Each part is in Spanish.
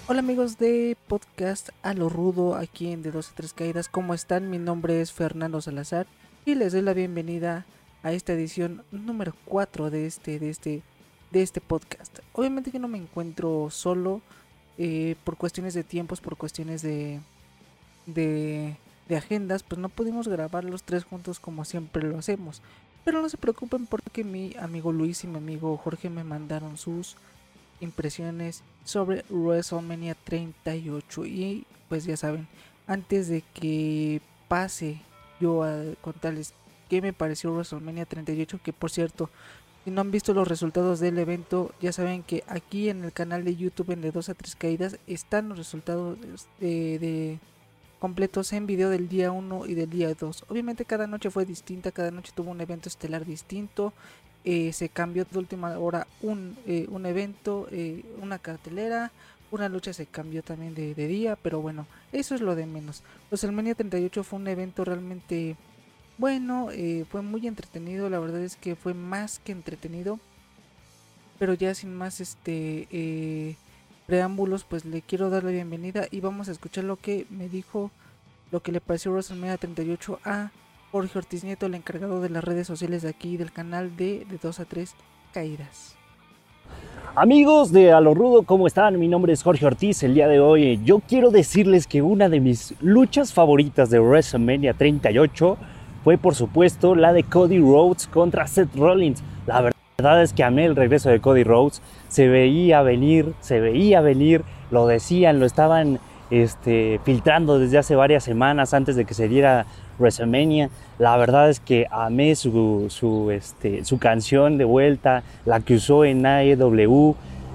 Hola amigos de podcast A lo Rudo aquí en De 2 a 3 Caídas, ¿cómo están? Mi nombre es Fernando Salazar y les doy la bienvenida a esta edición número 4 de este podcast. Obviamente yo no me encuentro solo por cuestiones de tiempos, por cuestiones de, de agendas, pues no pudimos grabar los tres juntos como siempre lo hacemos. Pero no se preocupen porque mi amigo Luis y mi amigo Jorge me mandaron sus impresiones sobre WrestleMania 38 y pues ya saben, antes de que pase yo a contarles qué me pareció WrestleMania 38, que por cierto, si no han visto los resultados del evento, ya saben que aquí en el canal de YouTube en de 2 a 3 caídas están los resultados de completos en video del día 1 y del día 2. Obviamente cada noche fue distinta, cada noche tuvo un evento estelar distinto. Se cambió de última hora un evento, una cartelera, una lucha se cambió también de día, pero bueno, eso es lo de menos. WrestleMania 38 fue un evento realmente bueno, fue muy entretenido, la verdad es que fue más que entretenido, pero ya sin más preámbulos, pues le quiero dar la bienvenida y vamos a escuchar lo que me dijo, lo que le pareció WrestleMania 38 a Jorge Ortiz Nieto, el encargado de las redes sociales de aquí del canal de 2 a 3 Caídas. Amigos de A lo Rudo, ¿cómo están? Mi nombre es Jorge Ortiz. El día de hoy yo quiero decirles que una de mis luchas favoritas de WrestleMania 38 fue por supuesto la de Cody Rhodes contra Seth Rollins. La verdad es que amé el regreso de Cody Rhodes. Se veía venir, lo decían, lo estaban filtrando desde hace varias semanas antes de que se diera WrestleMania. La verdad es que amé su canción de vuelta, la que usó en AEW.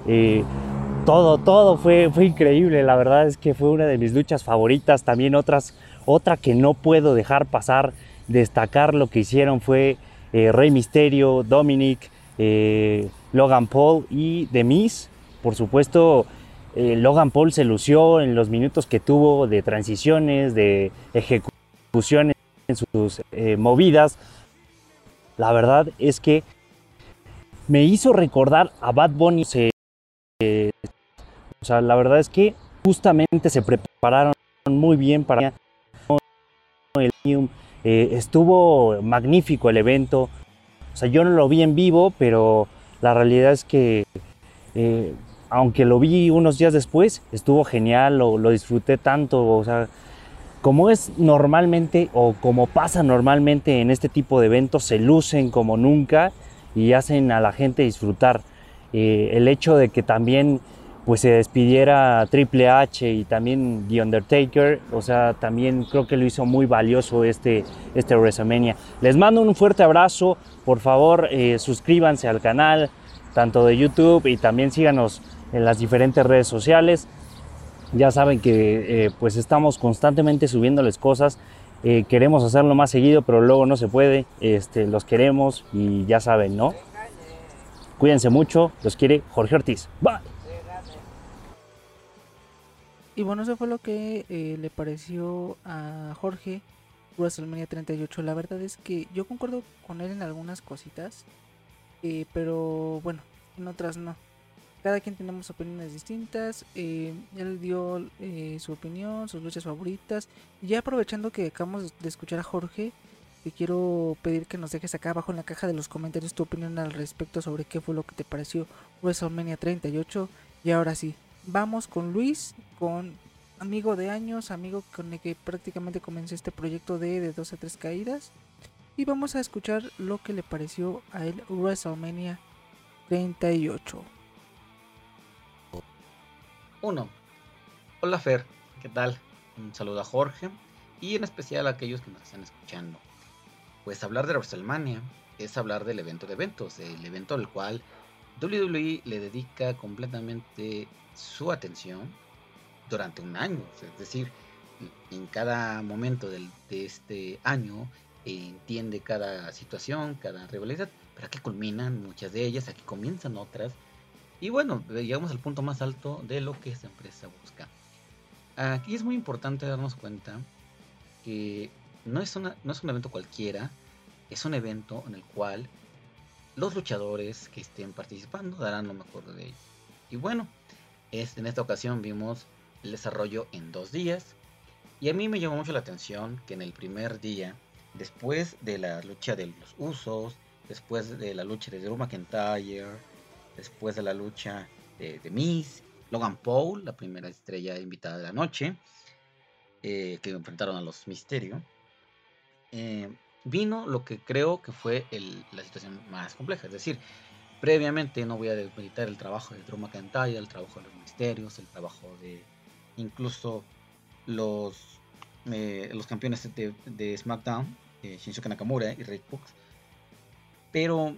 Todo fue increíble. La verdad es que fue una de mis luchas favoritas. También otra que no puedo dejar pasar, destacar lo que hicieron fue Rey Mysterio, Dominic, Logan Paul y The Miz. Por supuesto, Logan Paul se lució en los minutos que tuvo de transiciones, de ejecuciones en sus movidas. La verdad es que me hizo recordar a Bad Bunny. O sea, la verdad es que justamente se prepararon muy bien para el estuvo magnífico el evento. O sea, yo no lo vi en vivo, pero la realidad es que eh, aunque lo vi unos días después, estuvo genial, lo disfruté tanto. O sea, como es normalmente o como pasa normalmente en este tipo de eventos, se lucen como nunca y hacen a la gente disfrutar. El hecho de que también pues se despidiera Triple H y también The Undertaker, o sea, también creo que lo hizo muy valioso este WrestleMania. Les mando un fuerte abrazo, por favor suscríbanse al canal, tanto de YouTube y también síganos en las diferentes redes sociales. Ya saben que pues estamos constantemente subiéndoles cosas. Queremos hacerlo más seguido, pero luego no se puede. Los queremos y ya saben, ¿no? Cuídense mucho. Los quiere Jorge Ortiz. Bye. Y bueno, eso fue lo que le pareció a Jorge WrestleMania 38. La verdad es que yo concuerdo con él en algunas cositas, pero bueno, en otras no. Cada quien tenemos opiniones distintas. Él dio su opinión, sus luchas favoritas. Y ya aprovechando que acabamos de escuchar a Jorge, te quiero pedir que nos dejes acá abajo en la caja de los comentarios tu opinión al respecto sobre qué fue lo que te pareció WrestleMania 38. Y ahora sí, vamos con Luis, con amigo de años, amigo con el que prácticamente comencé este proyecto de 2 a 3 caídas. Y vamos a escuchar lo que le pareció a él WrestleMania 38. Uno. Hola Fer, ¿qué tal? Un saludo a Jorge y en especial a aquellos que nos están escuchando. Pues hablar de WrestleMania es hablar del evento de eventos, el evento al cual WWE le dedica completamente su atención durante un año. Es decir, en cada momento de este año entiende cada situación, cada rivalidad, pero aquí culminan muchas de ellas, aquí comienzan otras. Y bueno, llegamos al punto más alto de lo que esta empresa busca. Aquí es muy importante darnos cuenta que no es un evento cualquiera, es un evento en el cual los luchadores que estén participando darán lo mejor de ellos. Y bueno, En esta ocasión vimos el desarrollo en 2 días. Y a mí me llamó mucho la atención que en el primer día, después de la lucha de los Usos, después de la lucha de Drew McIntyre, después de la lucha de Miz, Logan Paul, la primera estrella invitada de la noche, que enfrentaron a los Mysterio, eh, vino lo que creo que fue la situación más compleja. Es decir, previamente no voy a desmeritar el trabajo de Drew McIntyre, el trabajo de los Misterios, el trabajo de incluso los, los campeones de SmackDown, Shinsuke Nakamura y Ray Fox, pero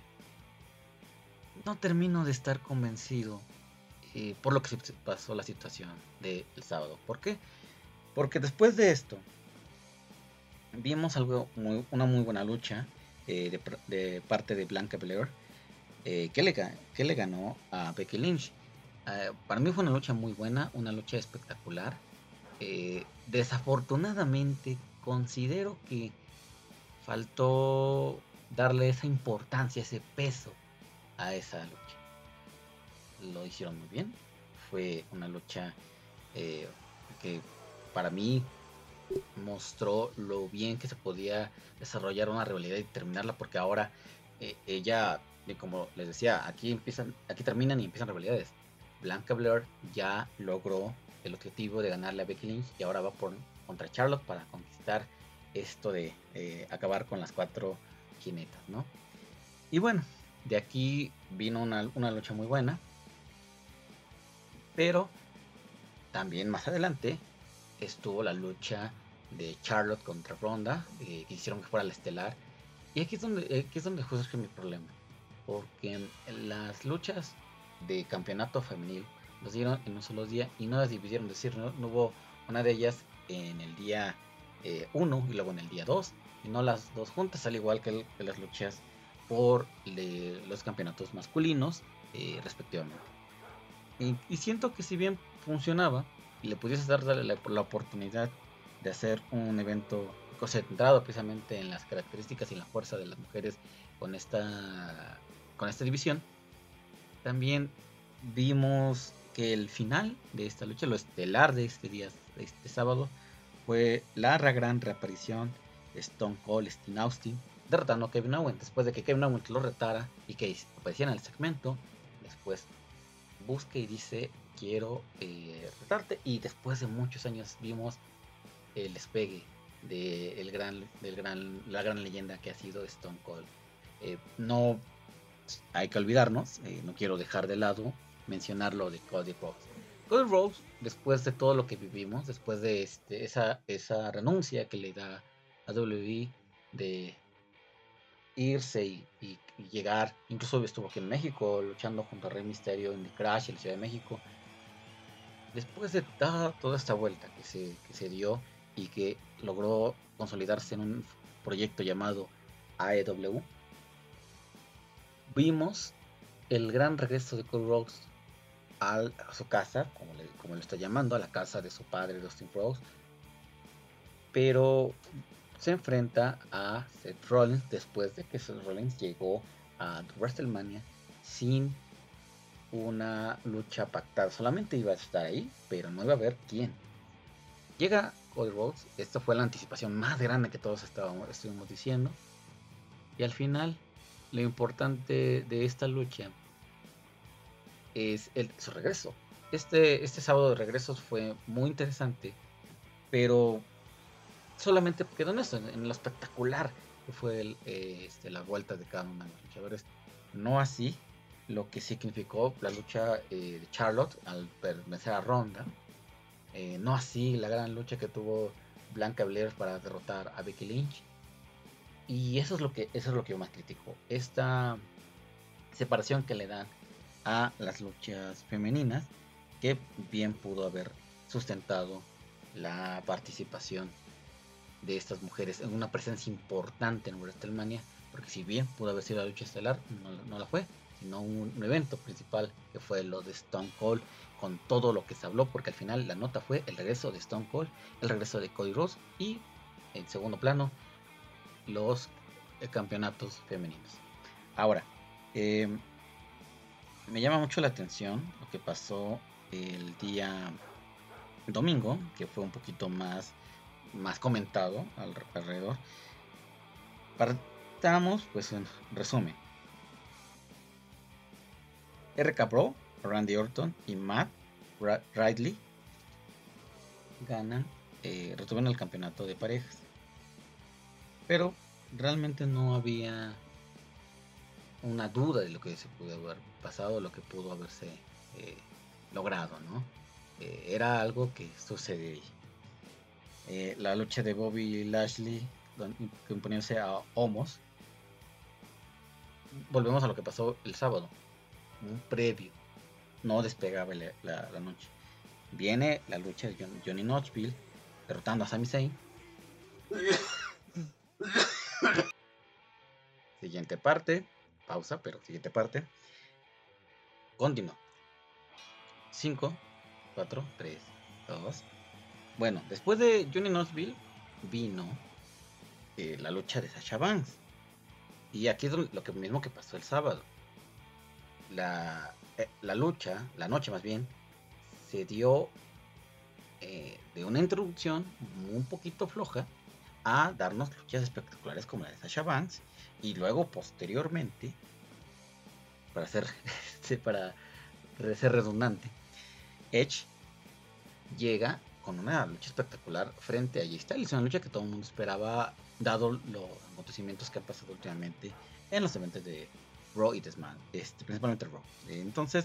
no termino de estar convencido por lo que se pasó la situación del sábado. ¿Por qué? Porque después de esto vimos una muy buena lucha de parte de Blanca Belair, que le ganó a Becky Lynch. Para mí fue una lucha muy buena, una lucha espectacular. Desafortunadamente considero que faltó darle esa importancia, ese peso a esa lucha. Lo hicieron muy bien. Fue una lucha que para mí mostró lo bien que se podía desarrollar una rivalidad y terminarla, porque ahora ella, como les decía, aquí terminan y empiezan rivalidades. Blanca Blair ya logró el objetivo de ganarle a Becky Lynch y ahora va contra Charlotte para conquistar esto de acabar con las 4 jinetas, ¿no? Y bueno, de aquí vino una lucha muy buena, pero también más adelante estuvo la lucha de Charlotte contra Ronda, que hicieron que fuera la estelar. Y aquí es donde surge mi problema, porque las luchas de campeonato femenil los dieron en un solo día y no las dividieron, es decir, no hubo una de ellas en el día 1 y luego en el día 2, y no las dos juntas, al igual que las luchas por los campeonatos masculinos respectivamente. Y siento que si bien funcionaba y le pudiese dar la oportunidad de hacer un evento concentrado precisamente en las características y en la fuerza de las mujeres con esta división, también vimos que el final de esta lucha, lo estelar de este día, de este sábado, fue la gran reaparición de Stone Cold Steve Austin, derrotando a Kevin Owens después de que Kevin Owens lo retara y que apareciera en el segmento. Después busca y dice: quiero retarte, y después de muchos años vimos el despegue de la gran leyenda que ha sido Stone Cold. No hay que olvidarnos, no quiero dejar de lado mencionar lo de Cody Rhodes. Cody Rhodes, después de todo lo que vivimos, después de esa renuncia que le da a WWE de irse y llegar, incluso estuvo aquí en México luchando junto a Rey Mysterio en The Crash en la Ciudad de México. Después de toda esta vuelta que se dio y que logró consolidarse en un proyecto llamado AEW, vimos el gran regreso de Cody Rhodes a su casa, como le está llamando, a la casa de su padre, Dustin Rhodes, pero se enfrenta a Seth Rollins después de que Seth Rollins llegó a WrestleMania sin una lucha pactada. Solamente iba a estar ahí, pero no iba a haber quién. Llega Cody Rhodes, esta fue la anticipación más grande que todos estuvimos diciendo, y al final lo importante de esta lucha es su regreso. Este sábado de regresos fue muy interesante, pero solamente quedó en eso, en lo espectacular que fue la vuelta de cada uno de los luchadores. No así lo que significó la lucha de Charlotte al vencer a Ronda. No así la gran lucha que tuvo Blanca Belair para derrotar a Becky Lynch. Y eso es lo que yo más critico. Esta separación que le dan a las luchas femeninas, que bien pudo haber sustentado la participación de estas mujeres en una presencia importante en WrestleMania, porque si bien pudo haber sido la lucha estelar, no la fue, sino un evento principal que fue lo de Stone Cold, con todo lo que se habló, porque al final la nota fue el regreso de Stone Cold, el regreso de Cody Rhodes y en segundo plano los campeonatos femeninos. Ahora, me llama mucho la atención lo que pasó el día domingo, que fue un poquito más comentado alrededor. Partamos, pues en resumen. RK Bro, Randy Orton y Matt Ridley ganan, retuvieron el campeonato de parejas. Pero realmente no había una duda de lo que se pudo haber pasado, lo que pudo haberse logrado, ¿no? Era algo que sucedió. La lucha de Bobby Lashley imponiéndose a Omos. Volvemos a lo que pasó el sábado, un previo, no despegaba la noche. Viene la lucha de Johnny Knoxville derrotando a Sami Zayn. Siguiente parte, pausa, pero siguiente parte. Continúa. 5, 4, 3, 2. Bueno, después de Johnny Knoxville vino la lucha de Sasha Banks. Y aquí es lo mismo que pasó el sábado. La lucha, la noche más bien, se dio de una introducción un poquito floja a darnos luchas espectaculares como la de Sasha Banks, y luego posteriormente, para ser redundante, Edge llega con una lucha espectacular frente a Jay Styles, una lucha que todo el mundo esperaba dado los acontecimientos que han pasado últimamente en los eventos de Raw y SmackDown, principalmente Raw. Entonces,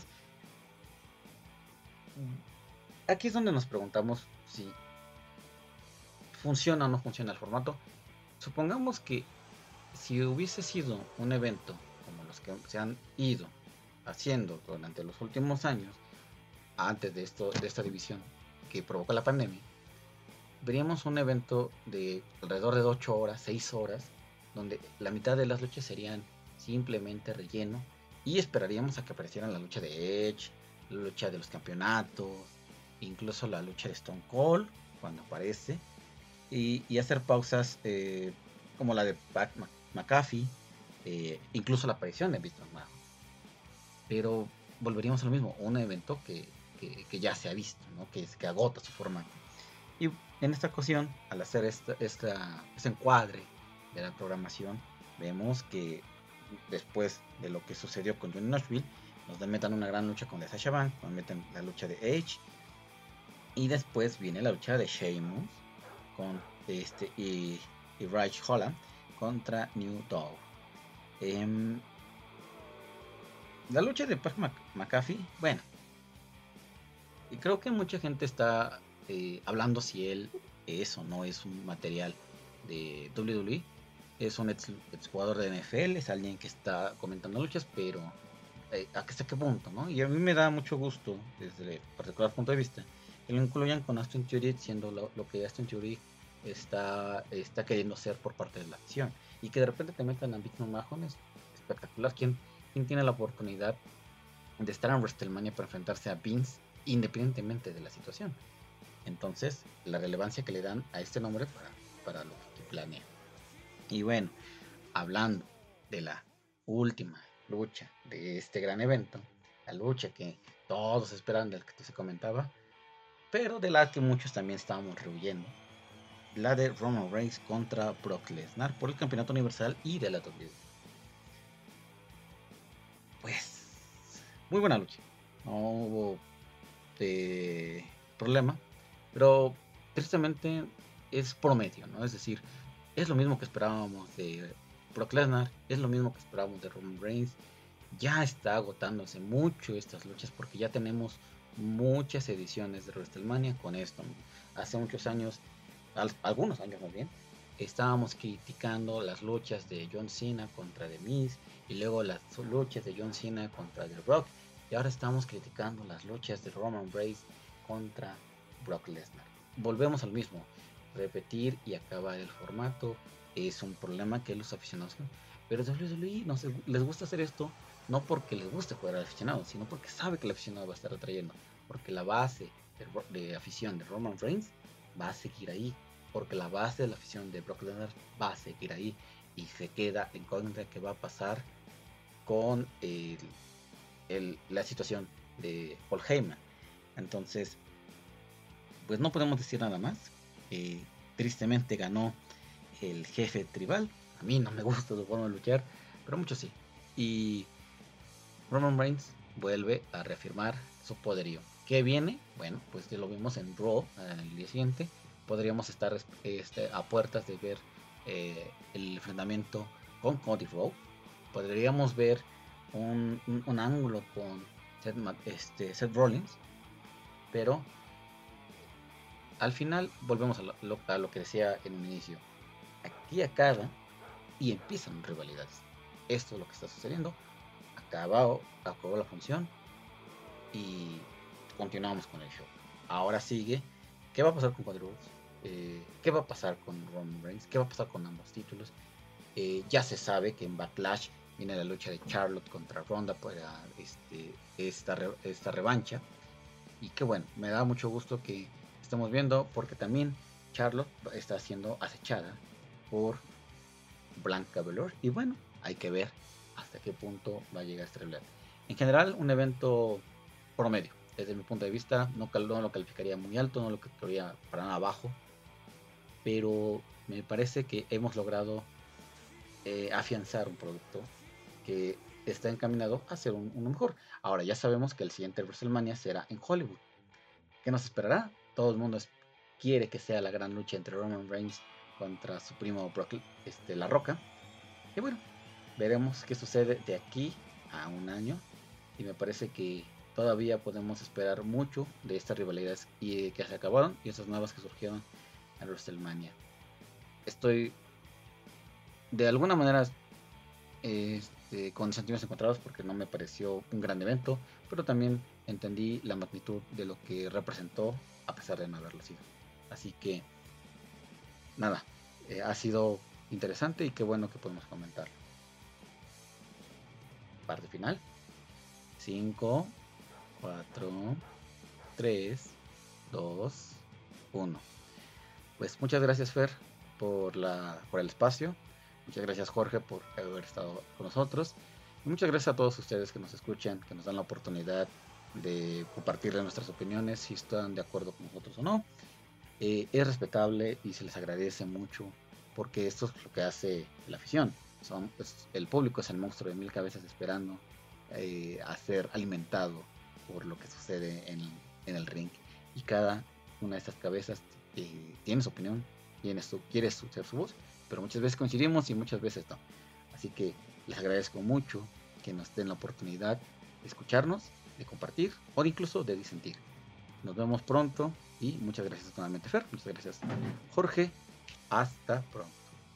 aquí es donde nos preguntamos si funciona o no funciona el formato. Supongamos que si hubiese sido un evento como los que se han ido haciendo durante los últimos años, antes de esta división que provocó la pandemia, veríamos un evento de alrededor de 8 horas, 6 horas, donde la mitad de las luchas serían simplemente relleno, y esperaríamos a que aparecieran la lucha de Edge, la lucha de los campeonatos, incluso la lucha de Stone Cold cuando aparece, y hacer pausas como la de Pat McAfee, incluso la aparición de Vince McMahon. Pero volveríamos a lo mismo, un evento que ya se ha visto, ¿no? que agota su formato. Y en esta ocasión, al hacer este encuadre de la programación, vemos que después de lo que sucedió con Johnny Knoxville, nos metan una gran lucha con la Sasha Banks, nos meten la lucha de Edge, y después viene la lucha de Sheamus con y Raj Holland contra New Dog. La lucha de Pat McAfee, bueno, y creo que mucha gente está hablando si él es o no es un material de WWE. Es un ex jugador de NFL, es alguien que está comentando luchas, pero hasta qué punto, ¿no? Y a mí me da mucho gusto, desde el particular punto de vista, que lo incluyan con Austin Theory, siendo lo que Austin Theory está queriendo ser por parte de la acción, y que de repente te metan a Vince McMahon es espectacular. ¿Quién tiene la oportunidad de estar en WrestleMania para enfrentarse a Vince independientemente de la situación? Entonces, la relevancia que le dan a este nombre para lo que planea. Y bueno, hablando de la última lucha de este gran evento, la lucha que todos esperan, del que se comentaba, pero de la que muchos también estábamos rehuyendo, la de Roman Reigns contra Brock Lesnar por el campeonato universal y de la WWE. Pues, muy buena lucha, no hubo problema, pero tristemente es promedio, ¿no? Es decir, es lo mismo que esperábamos de Brock Lesnar, es lo mismo que esperábamos de Roman Reigns. Ya está agotándose mucho estas luchas porque ya tenemos muchas ediciones de WrestleMania con esto. Hace muchos años, algunos años más bien, estábamos criticando las luchas de John Cena contra The Miz, y luego las luchas de John Cena contra The Rock, y ahora estamos criticando las luchas de Roman Reigns contra Brock Lesnar. Volvemos al mismo, repetir y acabar el formato es un problema que los aficionados, pero WWE les gusta hacer esto no porque les guste jugar al aficionado, sino porque sabe que el aficionado va a estar atrayendo, porque la base de afición de Roman Reigns va a seguir ahí, porque la base de la afición de Brock Lesnar va a seguir ahí, y se queda en contra que va a pasar con la situación de Paul Heyman. Entonces, pues no podemos decir nada más. Tristemente ganó el jefe tribal. A mí no me gusta su forma de luchar, pero muchos sí. Y Roman Reigns vuelve a reafirmar su poderío. ¿Qué viene? Bueno, pues ya lo vimos en Raw el día siguiente. Podríamos estar a puertas de ver el enfrentamiento con Cody Rhodes. Podríamos ver un ángulo con Seth Rollins. Pero al final volvemos a lo que decía en un inicio. Aquí acaba y empiezan rivalidades. Esto es lo que está sucediendo. Acabó la función y continuamos con el show. Ahora sigue. ¿Qué va a pasar con Cody Rhodes? ¿Qué va a pasar con Roman Reigns? ¿Qué va a pasar con ambos títulos? Ya se sabe que en Backlash viene la lucha de Charlotte contra Ronda para esta revancha. Y que bueno, me da mucho gusto que estemos viendo, porque también Charlotte está siendo acechada por Blanca Belair. Y bueno, hay que ver hasta qué punto va a llegar esta rivalidad. En general, un evento promedio. Desde mi punto de vista, no lo calificaría muy alto, no lo calificaría para nada bajo. Pero me parece que hemos logrado afianzar un producto que está encaminado a ser uno mejor. Ahora ya sabemos que el siguiente WrestleMania será en Hollywood. ¿Qué nos esperará? Todo el mundo quiere que sea la gran lucha entre Roman Reigns contra su primo Brock, La Roca. Y bueno, veremos qué sucede de aquí a un año. Y me parece que todavía podemos esperar mucho de estas rivalidades y que se acabaron y esas nuevas que surgieron en WrestleMania. Estoy de alguna manera con sentimientos encontrados, porque no me pareció un gran evento, pero también entendí la magnitud de lo que representó a pesar de no haberlo sido. Así que nada, ha sido interesante y qué bueno que podemos comentarlo. Parte final. 5, 4, 3, 2, 1. Pues muchas gracias, Fer, por el espacio. Muchas gracias, Jorge, por haber estado con nosotros. Y muchas gracias a todos ustedes que nos escuchan, que nos dan la oportunidad de compartirles nuestras opiniones, si están de acuerdo con nosotros o no. Es respetable y se les agradece mucho, porque esto es lo que hace la afición. El público es el monstruo de 1000 cabezas esperando a ser alimentado por lo que sucede en el ring. Y cada una de estas cabezas tiene su opinión, quiere ser su voz, pero muchas veces coincidimos y muchas veces no. Así que les agradezco mucho que nos den la oportunidad de escucharnos, de compartir o incluso de disentir. Nos vemos pronto y muchas gracias nuevamente, Fer. Muchas gracias, Jorge. Hasta pronto.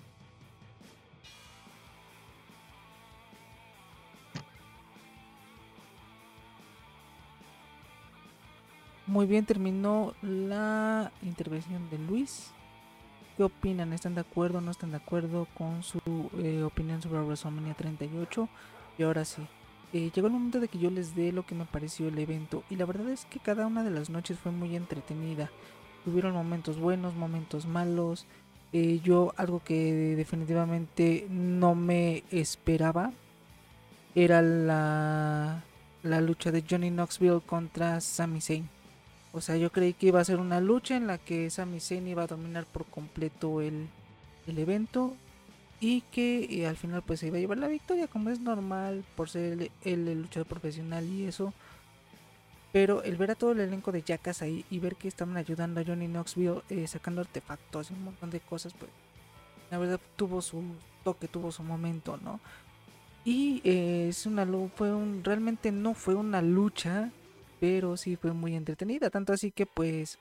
Muy bien, terminó la intervención de Luis. ¿Qué opinan? ¿Están de acuerdo o no están de acuerdo con su opinión sobre WrestleMania 38? Y ahora sí, llegó el momento de que yo les dé lo que me pareció el evento. Y la verdad es que cada una de las noches fue muy entretenida. Tuvieron momentos buenos, momentos malos. Yo algo que definitivamente no me esperaba era la lucha de Johnny Knoxville contra Sami Zayn. O sea, yo creí que iba a ser una lucha en la que Sami Zayn iba a dominar por completo el evento y que al final pues se iba a llevar la victoria, como es normal por ser el luchador profesional y eso. Pero el ver a todo el elenco de Jackass ahí y ver que estaban ayudando a Johnny Knoxville sacando artefactos y un montón de cosas, pues la verdad tuvo su toque, tuvo su momento, ¿no? Y realmente no fue una lucha, pero sí fue muy entretenida, tanto así que pues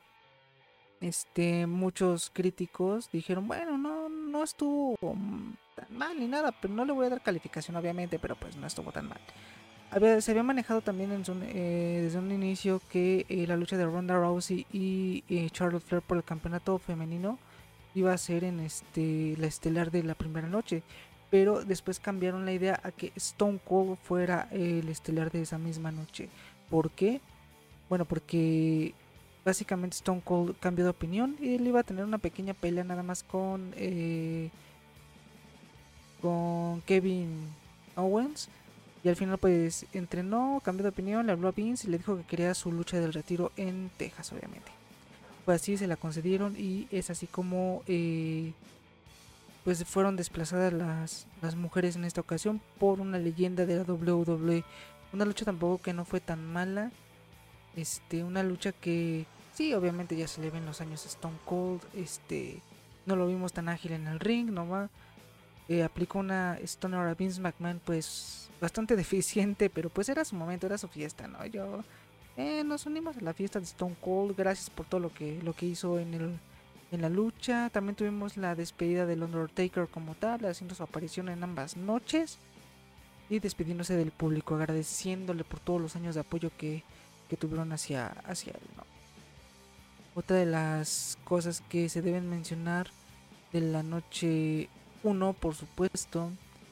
muchos críticos dijeron, bueno, no estuvo tan mal ni nada, pero no le voy a dar calificación obviamente, pero pues no estuvo tan mal. Se había manejado también desde un inicio que la lucha de Ronda Rousey y Charlotte Flair por el campeonato femenino iba a ser en la estelar de la primera noche, pero después cambiaron la idea a que Stone Cold fuera el estelar de esa misma noche. ¿Por qué? Bueno, porque básicamente Stone Cold cambió de opinión y él iba a tener una pequeña pelea nada más con Kevin Owens. Y al final pues entrenó, cambió de opinión, le habló a Vince y le dijo que quería su lucha del retiro en Texas, obviamente. Pues así se la concedieron y es así como pues fueron desplazadas las mujeres en esta ocasión por una leyenda de la WWE. Una lucha tampoco que no fue tan mala. Una lucha que sí, obviamente ya se le ven los años a Stone Cold. No lo vimos tan ágil en el ring, no va. Aplicó una Stunner a Vince McMahon, pues bastante deficiente, pero pues era su momento, era su fiesta, ¿no? Nos unimos a la fiesta de Stone Cold, gracias por todo lo que hizo en la lucha. También tuvimos la despedida del Undertaker como tal, haciendo su aparición en ambas noches y despidiéndose del público, agradeciéndole por todos los años de apoyo que tuvieron hacia él, ¿no? Otra de las cosas que se deben mencionar de la noche 1, por supuesto,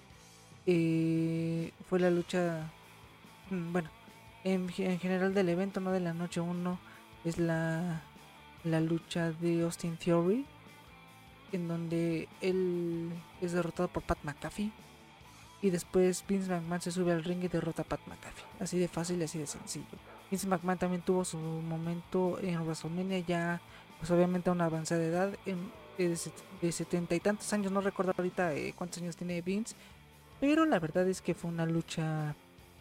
fue la lucha, bueno, en general del evento, no de la noche 1, es la lucha de Austin Theory, en donde él es derrotado por Pat McAfee. Y después Vince McMahon se sube al ring y derrota a Pat McAfee. Así de fácil y así de sencillo. Vince McMahon también tuvo su momento en WrestleMania, ya pues obviamente a una avanzada edad, de 70 y tantos años, no recuerdo ahorita cuántos años tiene Vince, pero la verdad es que fue una lucha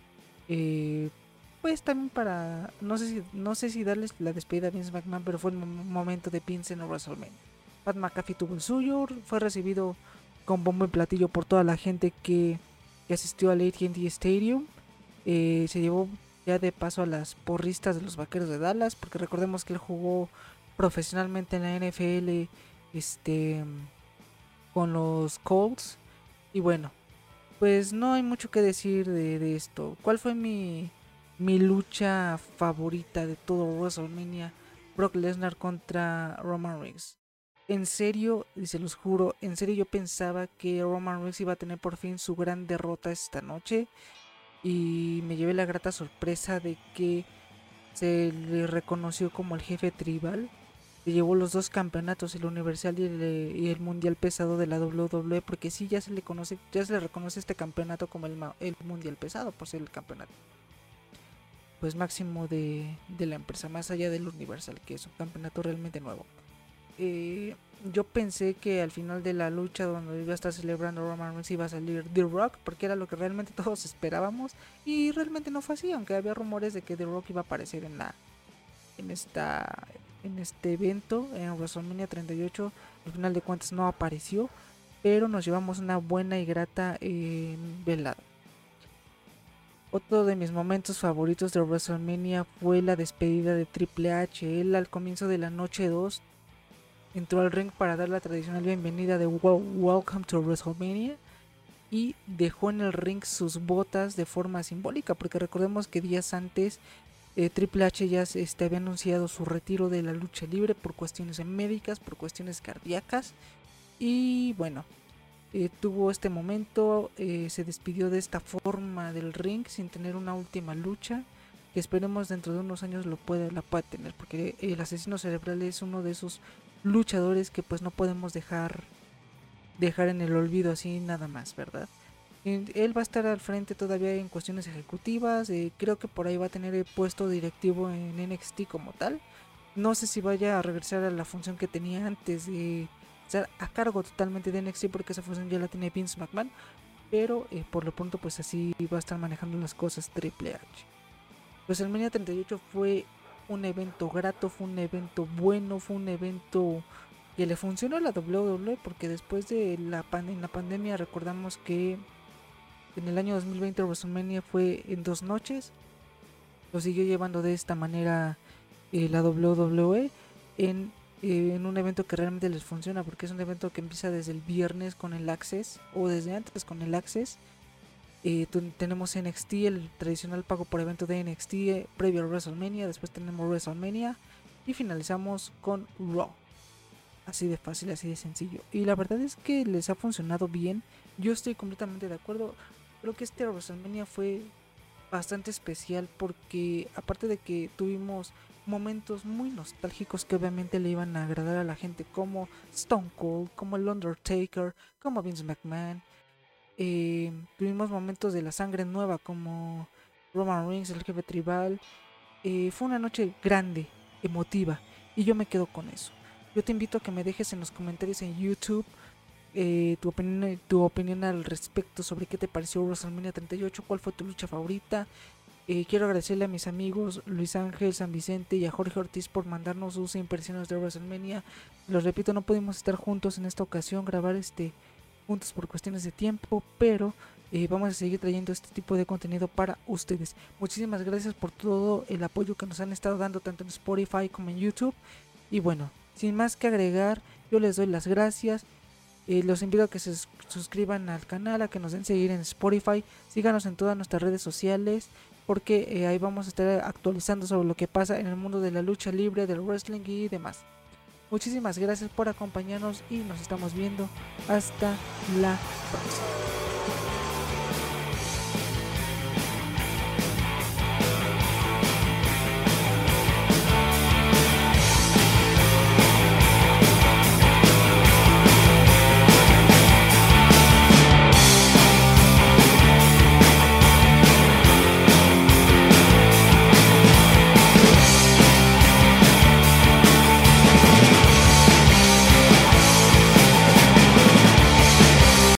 pues también para, no sé si darles la despedida a Vince McMahon, pero fue el momento de Vince en WrestleMania. Pat McAfee tuvo el suyo, fue recibido con bombo y platillo por toda la gente que asistió al AT&T Stadium. Se llevó ya de paso a las porristas de los Vaqueros de Dallas, porque recordemos que él jugó profesionalmente en la NFL con los Colts. Y bueno, pues no hay mucho que decir de esto. ¿Cuál fue mi lucha favorita de todo WrestleMania? Brock Lesnar contra Roman Reigns. En serio, y se los juro, en serio yo pensaba que Roman Reigns iba a tener por fin su gran derrota esta noche. Y me llevé la grata sorpresa de que se le reconoció como el jefe tribal. Se llevó los dos campeonatos, el Universal y el Mundial Pesado de la WWE, porque sí ya se le conoce, ya se le reconoce este campeonato como el Mundial Pesado por ser el campeonato pues máximo de la empresa, más allá del Universal, que es un campeonato realmente nuevo. Yo pensé que al final de la lucha donde iba a estar celebrando Roman Reigns iba a salir The Rock, porque era lo que realmente todos esperábamos, y realmente no fue así, aunque había rumores de que The Rock iba a aparecer en este evento en WrestleMania 38. Al final de cuentas no apareció, pero nos llevamos una buena y grata velada. Otro de mis momentos favoritos de WrestleMania fue la despedida de Triple H. Él al comienzo de la noche 2 entró al ring para dar la tradicional bienvenida de Welcome to WrestleMania y dejó en el ring sus botas de forma simbólica, porque recordemos que días antes Triple H ya había anunciado su retiro de la lucha libre por cuestiones médicas, por cuestiones cardíacas, y bueno, tuvo este momento, se despidió de esta forma del ring sin tener una última lucha, que esperemos dentro de unos años la pueda tener, porque el asesino cerebral es uno de esos luchadores que pues no podemos dejar en el olvido así nada más, ¿verdad? Él va a estar al frente todavía en cuestiones ejecutivas, creo que por ahí va a tener el puesto directivo en NXT como tal. No sé si vaya a regresar a la función que tenía antes de estar a cargo totalmente de NXT, porque esa función ya la tiene Vince McMahon, pero por lo pronto pues así va a estar manejando las cosas Triple H. Pues el Mania 38 fue un evento grato, fue un evento bueno, fue un evento que le funcionó a la WWE, porque después de en la pandemia recordamos que en el año 2020 WrestleMania fue en 2 noches. Lo siguió llevando de esta manera la WWE en un evento que realmente les funciona, porque es un evento que empieza desde el viernes con el Access, o desde antes con el Access. Tenemos NXT, el tradicional pago por evento de NXT previo a WrestleMania. Después tenemos WrestleMania y finalizamos con Raw. Así de fácil, así de sencillo. Y la verdad es que les ha funcionado bien. Yo estoy completamente de acuerdo. Creo que este WrestleMania fue bastante especial, porque aparte de que tuvimos momentos muy nostálgicos que obviamente le iban a agradar a la gente, como Stone Cold, como el Undertaker, como Vince McMahon, Tuvimos momentos de la sangre nueva como Roman Reigns, el jefe tribal. Fue una noche grande, emotiva, y yo me quedo con eso. Yo te invito a que me dejes en los comentarios en YouTube tu opinión al respecto sobre qué te pareció WrestleMania 38, cuál fue tu lucha favorita. Quiero agradecerle a mis amigos Luis Ángel San Vicente y a Jorge Ortiz por mandarnos sus impresiones de WrestleMania. Los repito, no pudimos estar juntos en esta ocasión, grabar juntos por cuestiones de tiempo, pero vamos a seguir trayendo este tipo de contenido para ustedes. Muchísimas gracias por todo el apoyo que nos han estado dando tanto en Spotify como en YouTube. Y bueno, sin más que agregar, yo les doy las gracias. Los invito a que se suscriban al canal, a que nos den seguir en Spotify, síganos en todas nuestras redes sociales, porque ahí vamos a estar actualizando sobre lo que pasa en el mundo de la lucha libre, del wrestling y demás. Muchísimas gracias por acompañarnos y nos estamos viendo hasta la próxima.